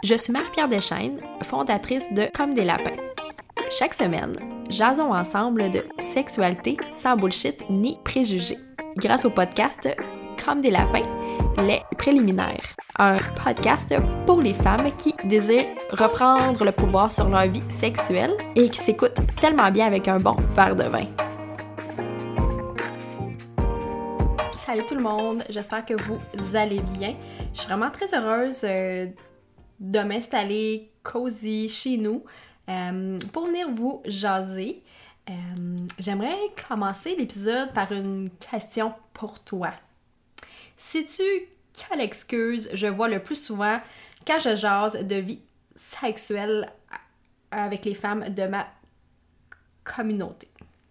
Je suis Marie-Pierre Deschaines, fondatrice de Comme des lapins. Chaque semaine, jasons ensemble de sexualité sans bullshit ni préjugés. Grâce au podcast Comme des lapins, les préliminaires. Un podcast pour les femmes qui désirent reprendre le pouvoir sur leur vie sexuelle et qui s'écoutent tellement bien avec un bon verre de vin. Salut tout le monde, j'espère que vous allez bien. Je suis vraiment très heureuse de m'installer cosy chez nous pour venir vous jaser. J'aimerais commencer l'épisode par une question pour toi. Sais-tu quelle excuse je vois le plus souvent quand je jase de vie sexuelle avec les femmes de ma communauté?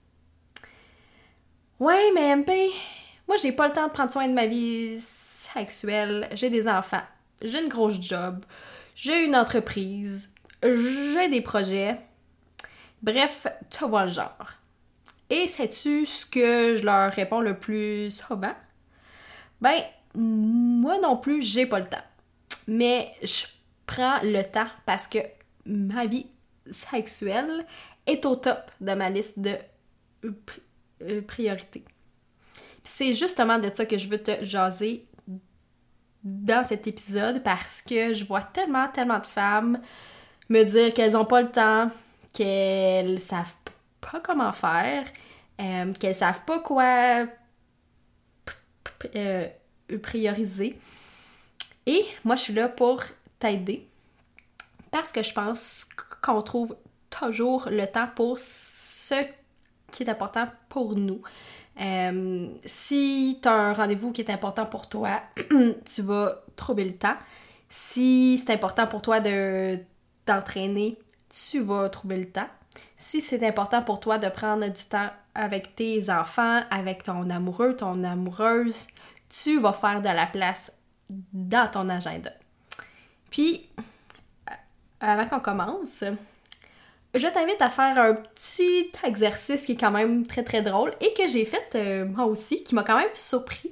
Ouais, mais MP, moi j'ai pas le temps de prendre soin de ma vie sexuelle, j'ai des enfants, j'ai une grosse job, j'ai une entreprise, j'ai des projets, bref, tu vois le genre. Et sais-tu ce que je leur réponds le plus souvent? Ben, moi non plus, j'ai pas le temps. Mais je prends le temps parce que ma vie sexuelle est au top de ma liste de priorités. C'est justement de ça que je veux te jaser dans cet épisode parce que je vois tellement de femmes me dire qu'elles n'ont pas le temps, qu'elles savent pas comment faire, qu'elles savent pas quoi prioriser. Et moi, je suis là pour t'aider parce que je pense qu'on trouve toujours le temps pour ce qui est important pour nous. Si tu as un rendez-vous qui est important pour toi, tu vas trouver le temps. Si c'est important pour toi de t'entraîner, tu vas trouver le temps. Si c'est important pour toi de prendre du temps avec tes enfants, avec ton amoureux, ton amoureuse, tu vas faire de la place dans ton agenda. Puis, avant qu'on commence, je t'invite à faire un petit exercice qui est quand même très drôle et que j'ai fait moi aussi, qui m'a quand même surpris.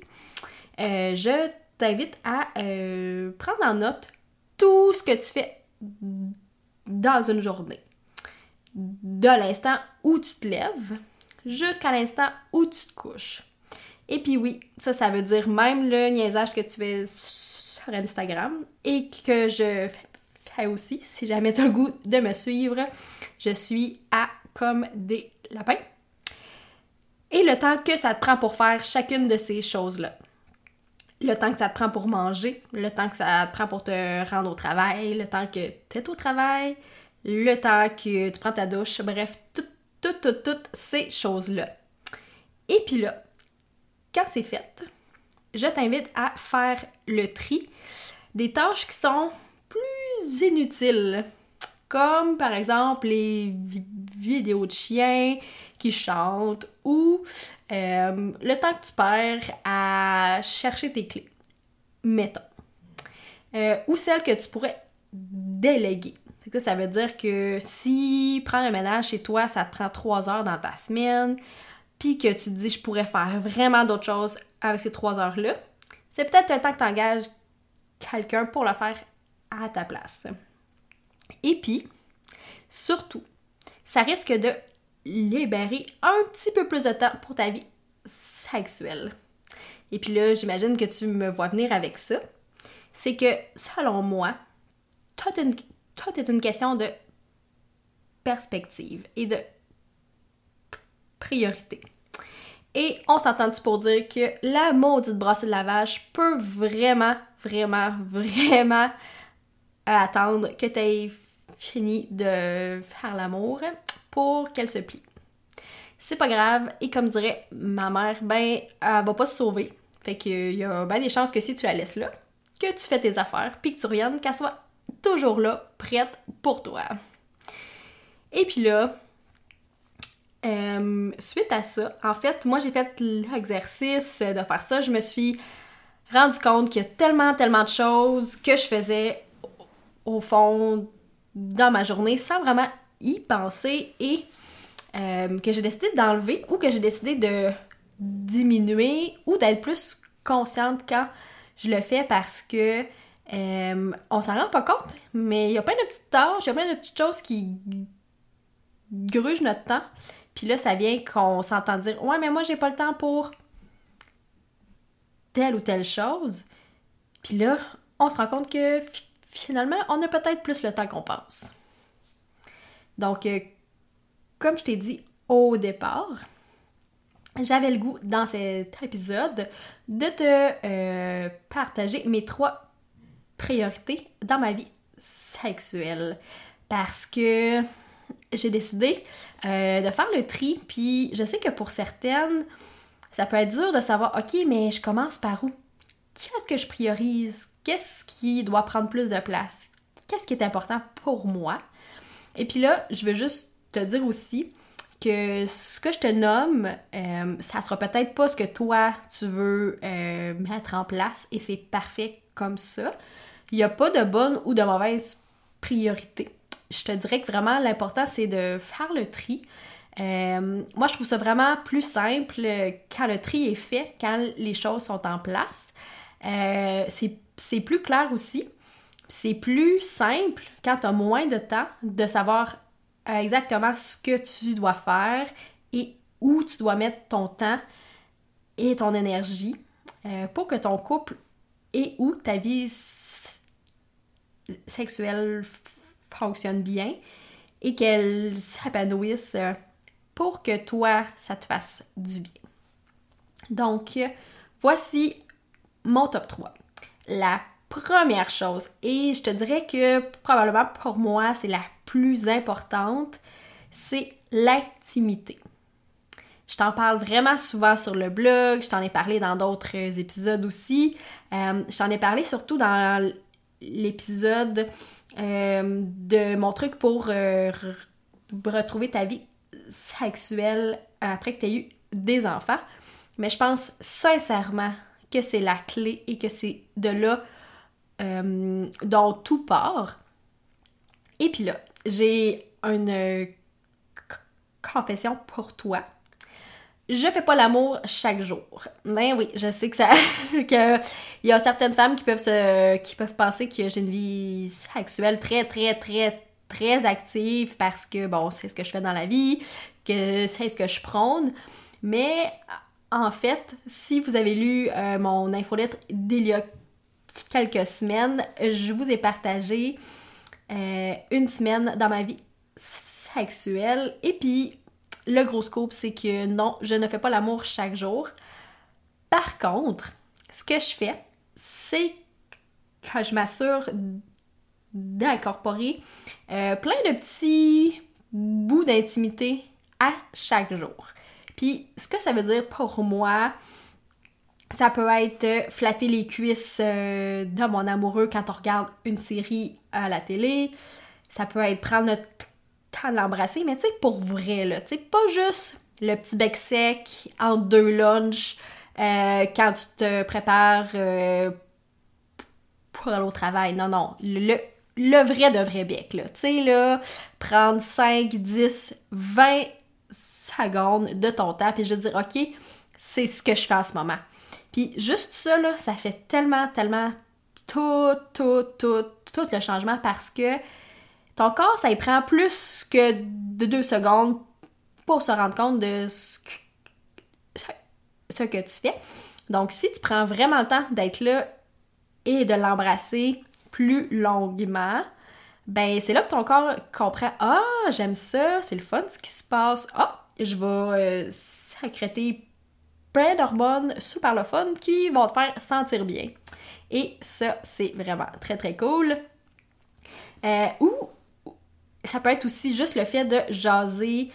Je t'invite à prendre en note tout ce que tu fais dans une journée. De l'instant où tu te lèves jusqu'à l'instant où tu te couches. Et puis oui, ça veut dire même le niaisage que tu fais sur Instagram et que je fais aussi, si jamais tu as le goût de me suivre, je suis à Comme des lapins. Et le temps que ça te prend pour faire chacune de ces choses-là. Le temps que ça te prend pour manger, le temps que ça te prend pour te rendre au travail, le temps que tu es au travail, le temps que tu prends ta douche, bref, toutes ces choses-là. Et puis là, quand c'est fait, je t'invite à faire le tri des tâches qui sont plus inutiles, comme par exemple les vidéos de chiens qui chantent ou le temps que tu perds à chercher tes clés, mettons. Ou celles que tu pourrais déléguer. Ça veut dire que si prendre le ménage chez toi, ça te prend 3 heures dans ta semaine, puis que tu te dis « je pourrais faire vraiment d'autres choses avec ces 3 heures-là », c'est peut-être le temps que tu engages quelqu'un pour le faire à ta place. Et puis, surtout, ça risque de libérer un petit peu plus de temps pour ta vie sexuelle. Et puis là, j'imagine que tu me vois venir avec ça. C'est que, selon moi, tout est une question de perspective et de priorité. Et on s'entend-tu pour dire que la maudite brassée de lavage peut vraiment attendre que tu aies fini de faire l'amour pour qu'elle se plie. C'est pas grave, et comme dirait ma mère, ben, elle va pas se sauver. Fait qu'il y a bien des chances que si tu la laisses là, que tu fais tes affaires, puis que tu reviennes, qu'elle soit toujours là, prête pour toi. Et puis là, suite à ça, en fait, moi j'ai fait l'exercice de faire ça, je me suis rendu compte qu'il y a tellement de choses que je faisais au fond dans ma journée sans vraiment y penser et que j'ai décidé d'enlever ou que j'ai décidé de diminuer ou d'être plus consciente quand je le fais parce que On s'en rend pas compte, mais il y a plein de petites tâches, il y a plein de petites choses qui grugent notre temps. Puis là, ça vient qu'on s'entend dire « Ouais, mais moi, j'ai pas le temps pour telle ou telle chose. » Puis là, on se rend compte que finalement, on a peut-être plus le temps qu'on pense. Donc, comme je t'ai dit au départ, j'avais le goût, dans cet épisode, de te partager mes 3 priorités dans ma vie sexuelle. Parce que j'ai décidé de faire le tri, puis je sais que pour certaines, ça peut être dur de savoir, OK, mais je commence par où? Qu'est-ce que je priorise? Qu'est-ce qui doit prendre plus de place? Qu'est-ce qui est important pour moi? Et puis là, je veux juste te dire aussi que ce que je te nomme, ça sera peut-être pas ce que toi, tu veux mettre en place et c'est parfait comme ça. Il n'y a pas de bonne ou de mauvaise priorité. Je te dirais que vraiment, l'important, c'est de faire le tri. Moi, je trouve ça vraiment plus simple quand le tri est fait, quand les choses sont en place. C'est plus clair aussi. C'est plus simple quand tu as moins de temps de savoir exactement ce que tu dois faire et où tu dois mettre ton temps et ton énergie pour que ton couple et ou ta vie sexuelle fonctionne bien et qu'elle s'épanouisse pour que toi, ça te fasse du bien. Donc, voici mon top 3. La première chose, et je te dirais que probablement pour moi, c'est la plus importante, c'est l'intimité. Je t'en parle vraiment souvent sur le blog, je t'en ai parlé dans d'autres épisodes aussi. Je t'en ai parlé surtout dans l'épisode de mon truc pour retrouver ta vie sexuelle après que tu aies eu des enfants. Mais je pense sincèrement que c'est la clé et que c'est de là dont tout part. Et puis là, j'ai une confession pour toi. Je fais pas l'amour chaque jour. Ben oui, je sais que ça que il y a certaines femmes qui peuvent penser que j'ai une vie sexuelle très très très très active parce que bon, c'est ce que je fais dans la vie, que c'est ce que je prône, mais en fait, si vous avez lu mon infolettre d'il y a quelques semaines, je vous ai partagé une semaine dans ma vie sexuelle et puis le gros scoop, c'est que non, je ne fais pas l'amour chaque jour. Par contre, ce que je fais, c'est que je m'assure d'incorporer plein de petits bouts d'intimité à chaque jour. Puis, ce que ça veut dire pour moi, ça peut être flatter les cuisses de mon amoureux quand on regarde une série à la télé. Ça peut être prendre notre temps de l'embrasser, mais tu sais, pour vrai, là, tu sais, pas juste le petit bec sec entre 2 lunchs quand tu te prépares pour aller au travail. Non, non, le vrai de vrai bec, là. Tu sais, là, prendre 5, 10, 20 secondes de ton temps, puis je veux dire, OK, c'est ce que je fais en ce moment. Puis juste ça, là, ça fait tellement, tellement tout le changement parce que ton corps, ça y prend plus que de 2 secondes pour se rendre compte de ce que tu fais. Donc, si tu prends vraiment le temps d'être là et de l'embrasser plus longuement, ben c'est là que ton corps comprend « Ah, j'aime ça, c'est le fun ce qui se passe. Ah, je vais sécréter plein d'hormones super le fun qui vont te faire sentir bien. » Et ça, c'est vraiment très, très cool. Ou ça peut être aussi juste le fait de jaser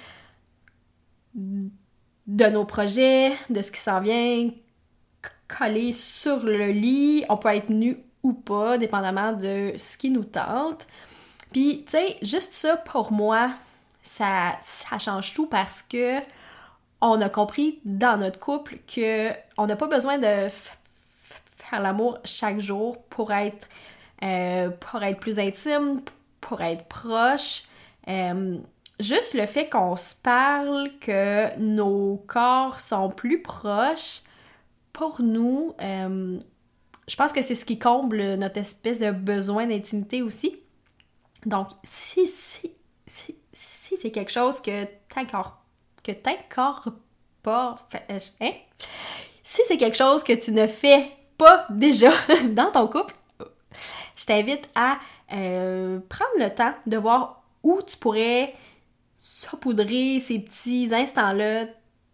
de nos projets, de ce qui s'en vient, coller sur le lit. On peut être nu ou pas, dépendamment de ce qui nous tente. Puis, tu sais, juste ça, pour moi, ça change tout parce que on a compris dans notre couple que on n'a pas besoin de faire l'amour chaque jour pour être plus intime, pour être proche. Juste le fait qu'on se parle, que nos corps sont plus proches, pour nous, je pense que c'est ce qui comble notre espèce de besoin d'intimité aussi. Donc, si c'est quelque chose que t'incorpores pas, hein? Si c'est quelque chose que tu ne fais pas déjà dans ton couple, je t'invite à prendre le temps de voir où tu pourrais saupoudrer ces petits instants-là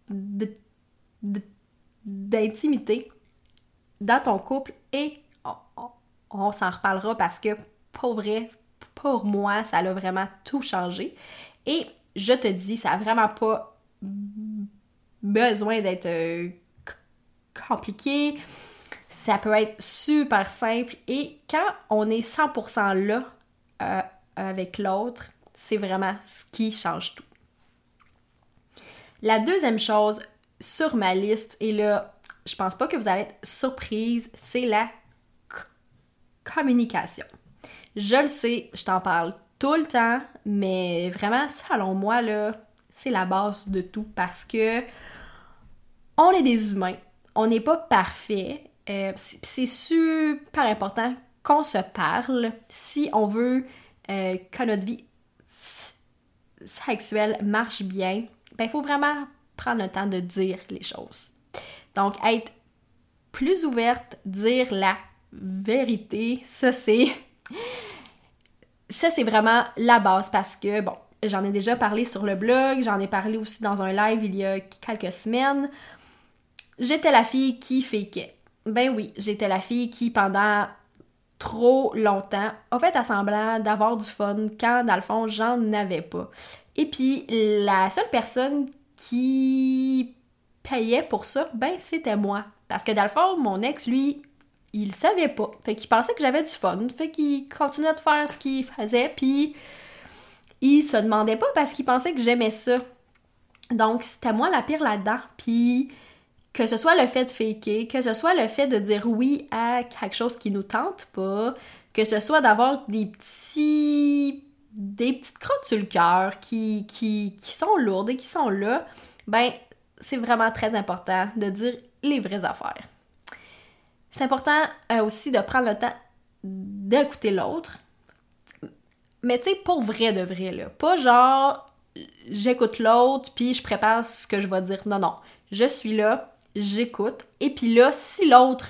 d'intimité dans ton couple et on s'en reparlera parce que pour vrai, pour moi, ça a vraiment tout changé. Et je te dis, ça n'a vraiment pas besoin d'être compliqué. Ça peut être super simple. Et quand on est 100% là avec l'autre, c'est vraiment ce qui change tout. La deuxième chose sur ma liste, et là, je pense pas que vous allez être surprise, c'est la communication. Je le sais, je t'en parle tout le temps, mais vraiment, selon moi, là, c'est la base de tout parce que on est des humains, on n'est pas parfait. C'est super important qu'on se parle si on veut que notre vie sexuelle marche bien. Ben, il faut vraiment prendre le temps de dire les choses. Donc, être plus ouverte, dire la vérité, ça c'est vraiment la base parce que, bon, j'en ai déjà parlé sur le blog, j'en ai parlé aussi dans un live il y a quelques semaines. J'étais la fille qui fakeait. Ben oui, j'étais la fille qui, pendant trop longtemps, a fait semblant d'avoir du fun quand, dans le fond, j'en avais pas. Et puis, la seule personne qui payait pour ça, ben c'était moi. Parce que, dans le fond, mon ex, lui, il le savait pas. Fait qu'il pensait que j'avais du fun. Fait qu'il continuait de faire ce qu'il faisait, puis il se demandait pas parce qu'il pensait que j'aimais ça. Donc, c'était moi la pire là-dedans. Puis, que ce soit le fait de faker, que ce soit le fait de dire oui à quelque chose qui nous tente pas, que ce soit d'avoir des petites crottes sur le cœur qui sont lourdes et qui sont là, ben, c'est vraiment très important de dire les vraies affaires. C'est important aussi de prendre le temps d'écouter l'autre. Mais tu sais, pour vrai de vrai, là. Pas genre, j'écoute l'autre, puis je prépare ce que je vais dire. Non, non. Je suis là, j'écoute. Et puis là, si l'autre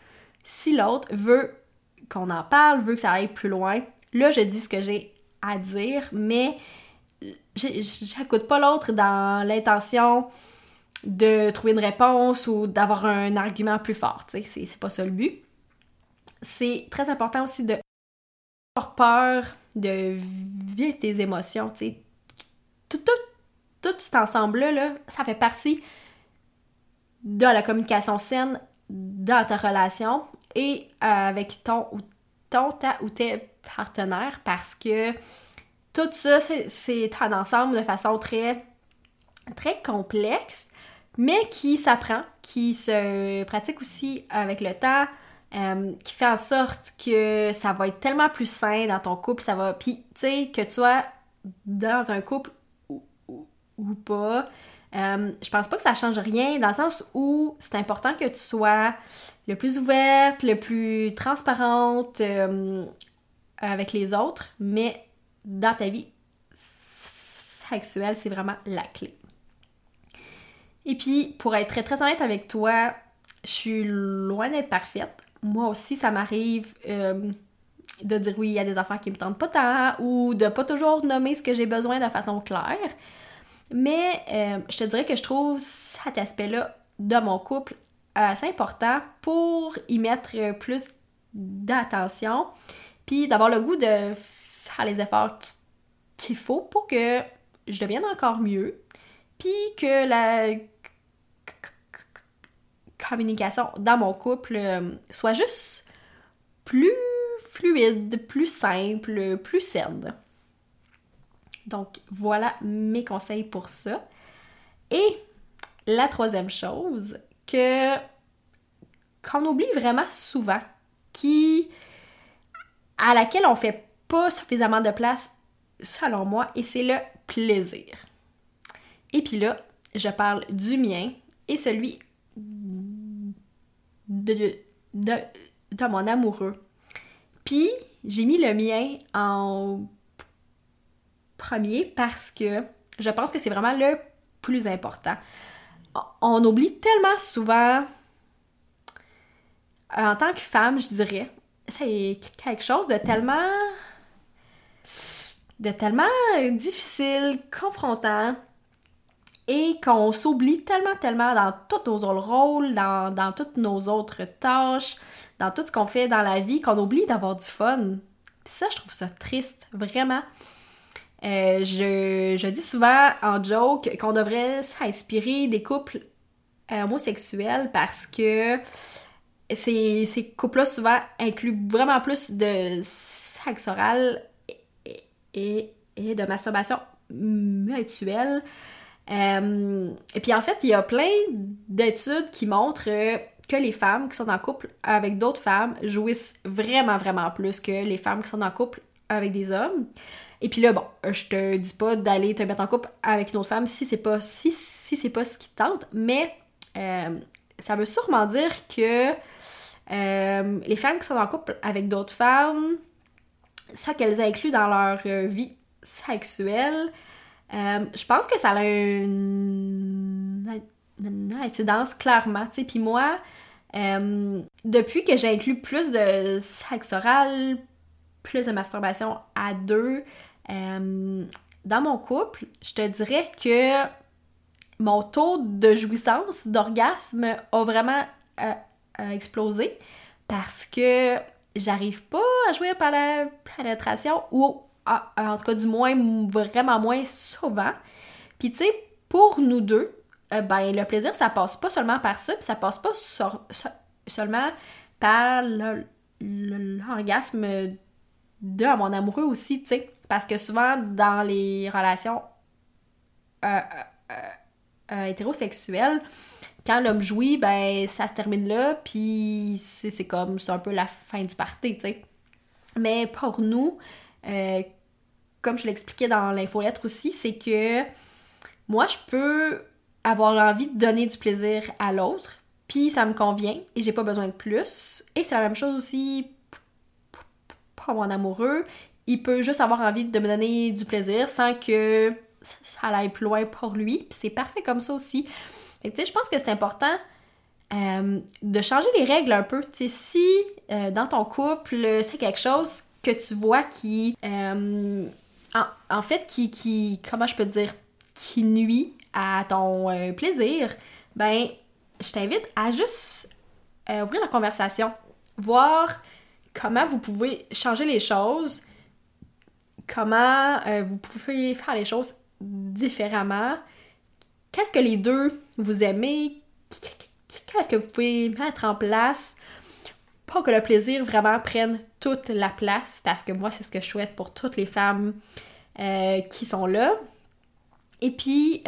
veut qu'on en parle, veut que ça aille plus loin, là, je dis ce que j'ai à dire, mais j'écoute pas l'autre dans l'intention de trouver une réponse ou d'avoir un argument plus fort, tu sais, c'est pas ça le but. C'est très important aussi de avoir peur de vivre tes émotions, tu sais. Tout cet ensemble-là, là, ça fait partie de la communication saine dans ta relation et avec ta ou tes partenaires parce que tout ça, c'est un ensemble de façon très, très complexe, mais qui s'apprend, qui se pratique aussi avec le temps, qui fait en sorte que ça va être tellement plus sain dans ton couple, ça va, puis tu sais, que tu sois dans un couple ou pas, je pense pas que ça change rien, dans le sens où c'est important que tu sois le plus ouverte, le plus transparente avec les autres, mais dans ta vie sexuelle, c'est vraiment la clé. Et puis, pour être très très honnête avec toi, je suis loin d'être parfaite. Moi aussi, ça m'arrive de dire oui à des affaires qui me tentent pas tant ou de pas toujours nommer ce que j'ai besoin de façon claire. Mais je te dirais que je trouve cet aspect-là de mon couple assez important pour y mettre plus d'attention puis d'avoir le goût de faire les efforts qu'il faut pour que je devienne encore mieux puis que la communication dans mon couple soit juste plus fluide, plus simple, plus saine. Donc, voilà mes conseils pour ça. Et la troisième chose qu'on oublie vraiment souvent, à laquelle on fait pas suffisamment de place, selon moi, et c'est le plaisir. Et puis là, je parle du mien et celui de de mon amoureux. Puis, j'ai mis le mien en premier parce que je pense que c'est vraiment le plus important. On oublie tellement souvent, en tant que femme, je dirais, c'est quelque chose de tellement difficile, confrontant, et qu'on s'oublie tellement dans tous nos autres rôles, dans toutes nos autres tâches, dans tout ce qu'on fait dans la vie, qu'on oublie d'avoir du fun. Puis ça, je trouve ça triste, vraiment. Je dis souvent en joke qu'on devrait s'inspirer des couples homosexuels parce que ces couples-là souvent incluent vraiment plus de sexe oral et de masturbation mutuelle. Et puis en fait, il y a plein d'études qui montrent que les femmes qui sont en couple avec d'autres femmes jouissent vraiment plus que les femmes qui sont en couple avec des hommes. Et puis là, bon, je te dis pas d'aller te mettre en couple avec une autre femme si c'est pas ce qui te tente, mais ça veut sûrement dire que les femmes qui sont en couple avec d'autres femmes, ça qu'elles incluent dans leur vie sexuelle, je pense que ça a une incidence clairement, tu sais. Puis moi, depuis que j'inclus plus de sexe oral, plus de masturbation à deux, dans mon couple, je te dirais que mon taux de jouissance, d'orgasme a vraiment explosé parce que j'arrive pas à jouir par la pénétration ou en tout cas du moins vraiment moins souvent. Puis tu sais, pour nous deux, ben le plaisir ça passe pas seulement par ça, puis ça passe pas seulement par l'orgasme de mon amoureux aussi, tu sais. Parce que souvent, dans les relations hétérosexuelles, quand l'homme jouit, ben ça se termine là, puis c'est un peu la fin du party, tu sais. Mais pour nous, comme je l'expliquais dans l'infolettre aussi, c'est que moi, je peux avoir envie de donner du plaisir à l'autre, puis ça me convient, et j'ai pas besoin de plus. Et c'est la même chose aussi pour mon amoureux. Il peut juste avoir envie de me donner du plaisir sans que ça aille plus loin pour lui. Puis c'est parfait comme ça aussi. Tu sais, je pense que c'est important de changer les règles un peu. Tu sais, si dans ton couple, c'est quelque chose que tu vois qui, en fait, qui, comment je peux dire, qui nuit à ton plaisir, ben, je t'invite à juste ouvrir la conversation, voir comment vous pouvez changer les choses, comment vous pouvez faire les choses différemment, qu'est-ce que les deux vous aimez, qu'est-ce que vous pouvez mettre en place pour que le plaisir vraiment prenne toute la place, parce que moi, c'est ce que je souhaite pour toutes les femmes qui sont là. Et puis,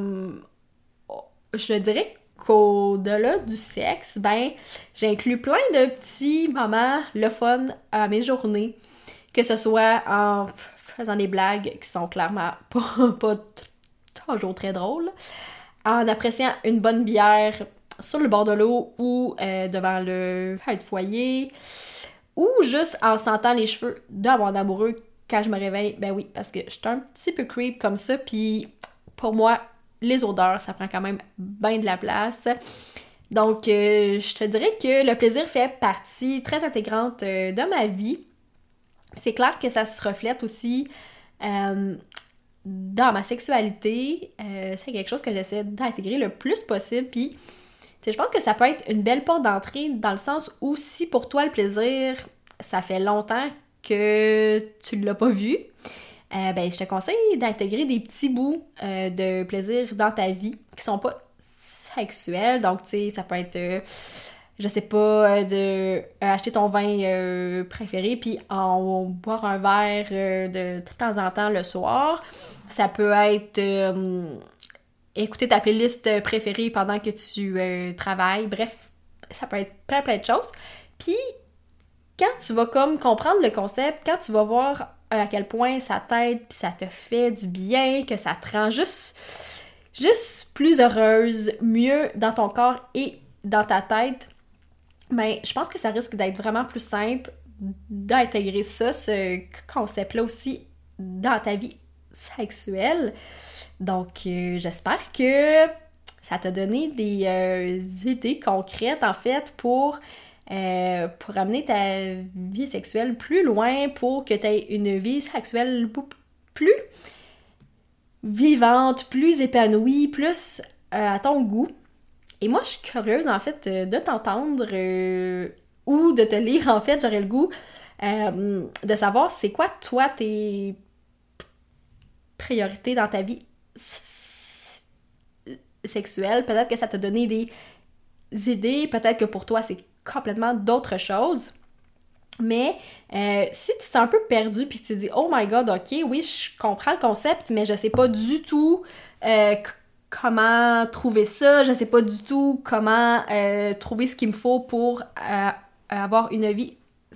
je dirais qu'au-delà du sexe, ben, j'inclus plein de petits moments le fun à mes journées, que ce soit en faisant des blagues qui sont clairement pas toujours très drôles, en appréciant une bonne bière sur le bord de l'eau ou devant le feu de foyer, ou juste en sentant les cheveux de mon amoureux quand je me réveille. Ben oui, parce que je suis un petit peu creep comme ça, puis pour moi, les odeurs, ça prend quand même bien de la place. Donc, je te dirais que le plaisir fait partie très intégrante de ma vie. C'est clair que ça se reflète aussi dans ma sexualité. C'est quelque chose que j'essaie d'intégrer le plus possible. Puis, je pense que ça peut être une belle porte d'entrée dans le sens où si pour toi le plaisir, ça fait longtemps que tu ne l'as pas vu, ben, je te conseille d'intégrer des petits bouts de plaisir dans ta vie qui sont pas sexuels. Donc, tu sais, ça peut être, je sais pas, de acheter ton vin préféré puis en boire un verre de temps en temps le soir. Ça peut être écouter ta playlist préférée pendant que tu travailles. Bref, ça peut être plein de choses. Puis, quand tu vas comme comprendre le concept, quand tu vas voir à quel point ça t'aide, puis ça te fait du bien, que ça te rend juste plus heureuse, mieux dans ton corps et dans ta tête, ben, je pense que ça risque d'être vraiment plus simple d'intégrer ça, ce concept-là aussi, dans ta vie sexuelle. Donc, j'espère que ça t'a donné des idées concrètes, en fait, pour amener ta vie sexuelle plus loin, pour que tu aies une vie sexuelle plus vivante, plus épanouie, plus à ton goût. Et moi, je suis curieuse, en fait, de t'entendre ou de te lire, en fait, j'aurais le goût de savoir c'est quoi, toi, tes priorités dans ta vie sexuelle. Peut-être que ça t'a donné des idées, peut-être que pour toi, c'est complètement d'autres choses. Mais si tu t'es un peu perdu puis que tu te dis « Oh my God, ok, oui, je comprends le concept, mais je sais pas du tout comment trouver ça, je sais pas du tout comment trouver ce qu'il me faut pour avoir une vie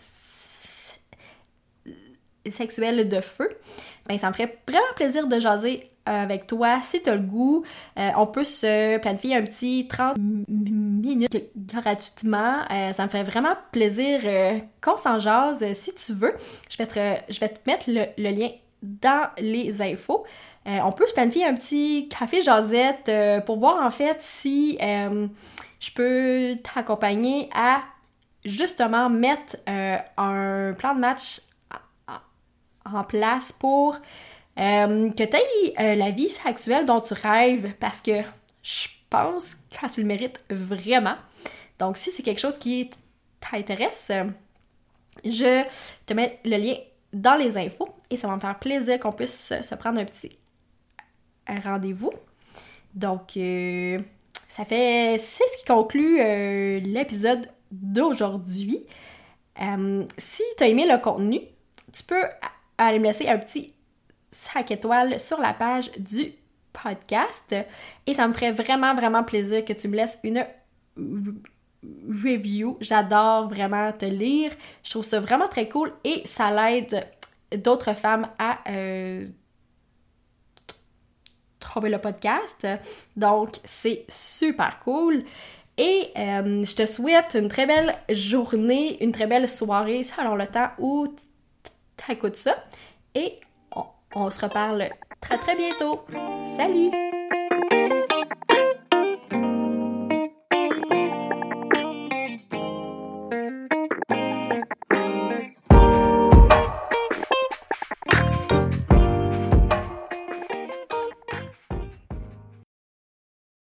sexuelle de feu », ben ça me ferait vraiment plaisir de jaser avec toi. Si t'as le goût, on peut se planifier un petit 30 minutes gratuitement. Ça me ferait vraiment plaisir qu'on s'en jase si tu veux. Je vais te mettre le lien dans les infos. On peut se planifier un petit café jasette pour voir en fait si je peux t'accompagner à justement mettre un plan de match en place pour que tu aies la vie sexuelle dont tu rêves, parce que je pense que tu le mérites vraiment. Donc, si c'est quelque chose qui t'intéresse, je te mets le lien dans les infos et ça va me faire plaisir qu'on puisse se prendre un petit rendez-vous. Donc, c'est ce qui conclut l'épisode d'aujourd'hui. Si tu as aimé le contenu, tu peux aller me laisser un petit 5 étoiles sur la page du podcast et ça me ferait vraiment, vraiment plaisir que tu me laisses une review. J'adore vraiment te lire. Je trouve ça vraiment très cool et ça l'aide d'autres femmes à trouver le podcast. Donc, c'est super cool. Et je te souhaite une très belle journée, une très belle soirée selon le temps où t'écoutes ça. Et on se reparle très très bientôt. Salut!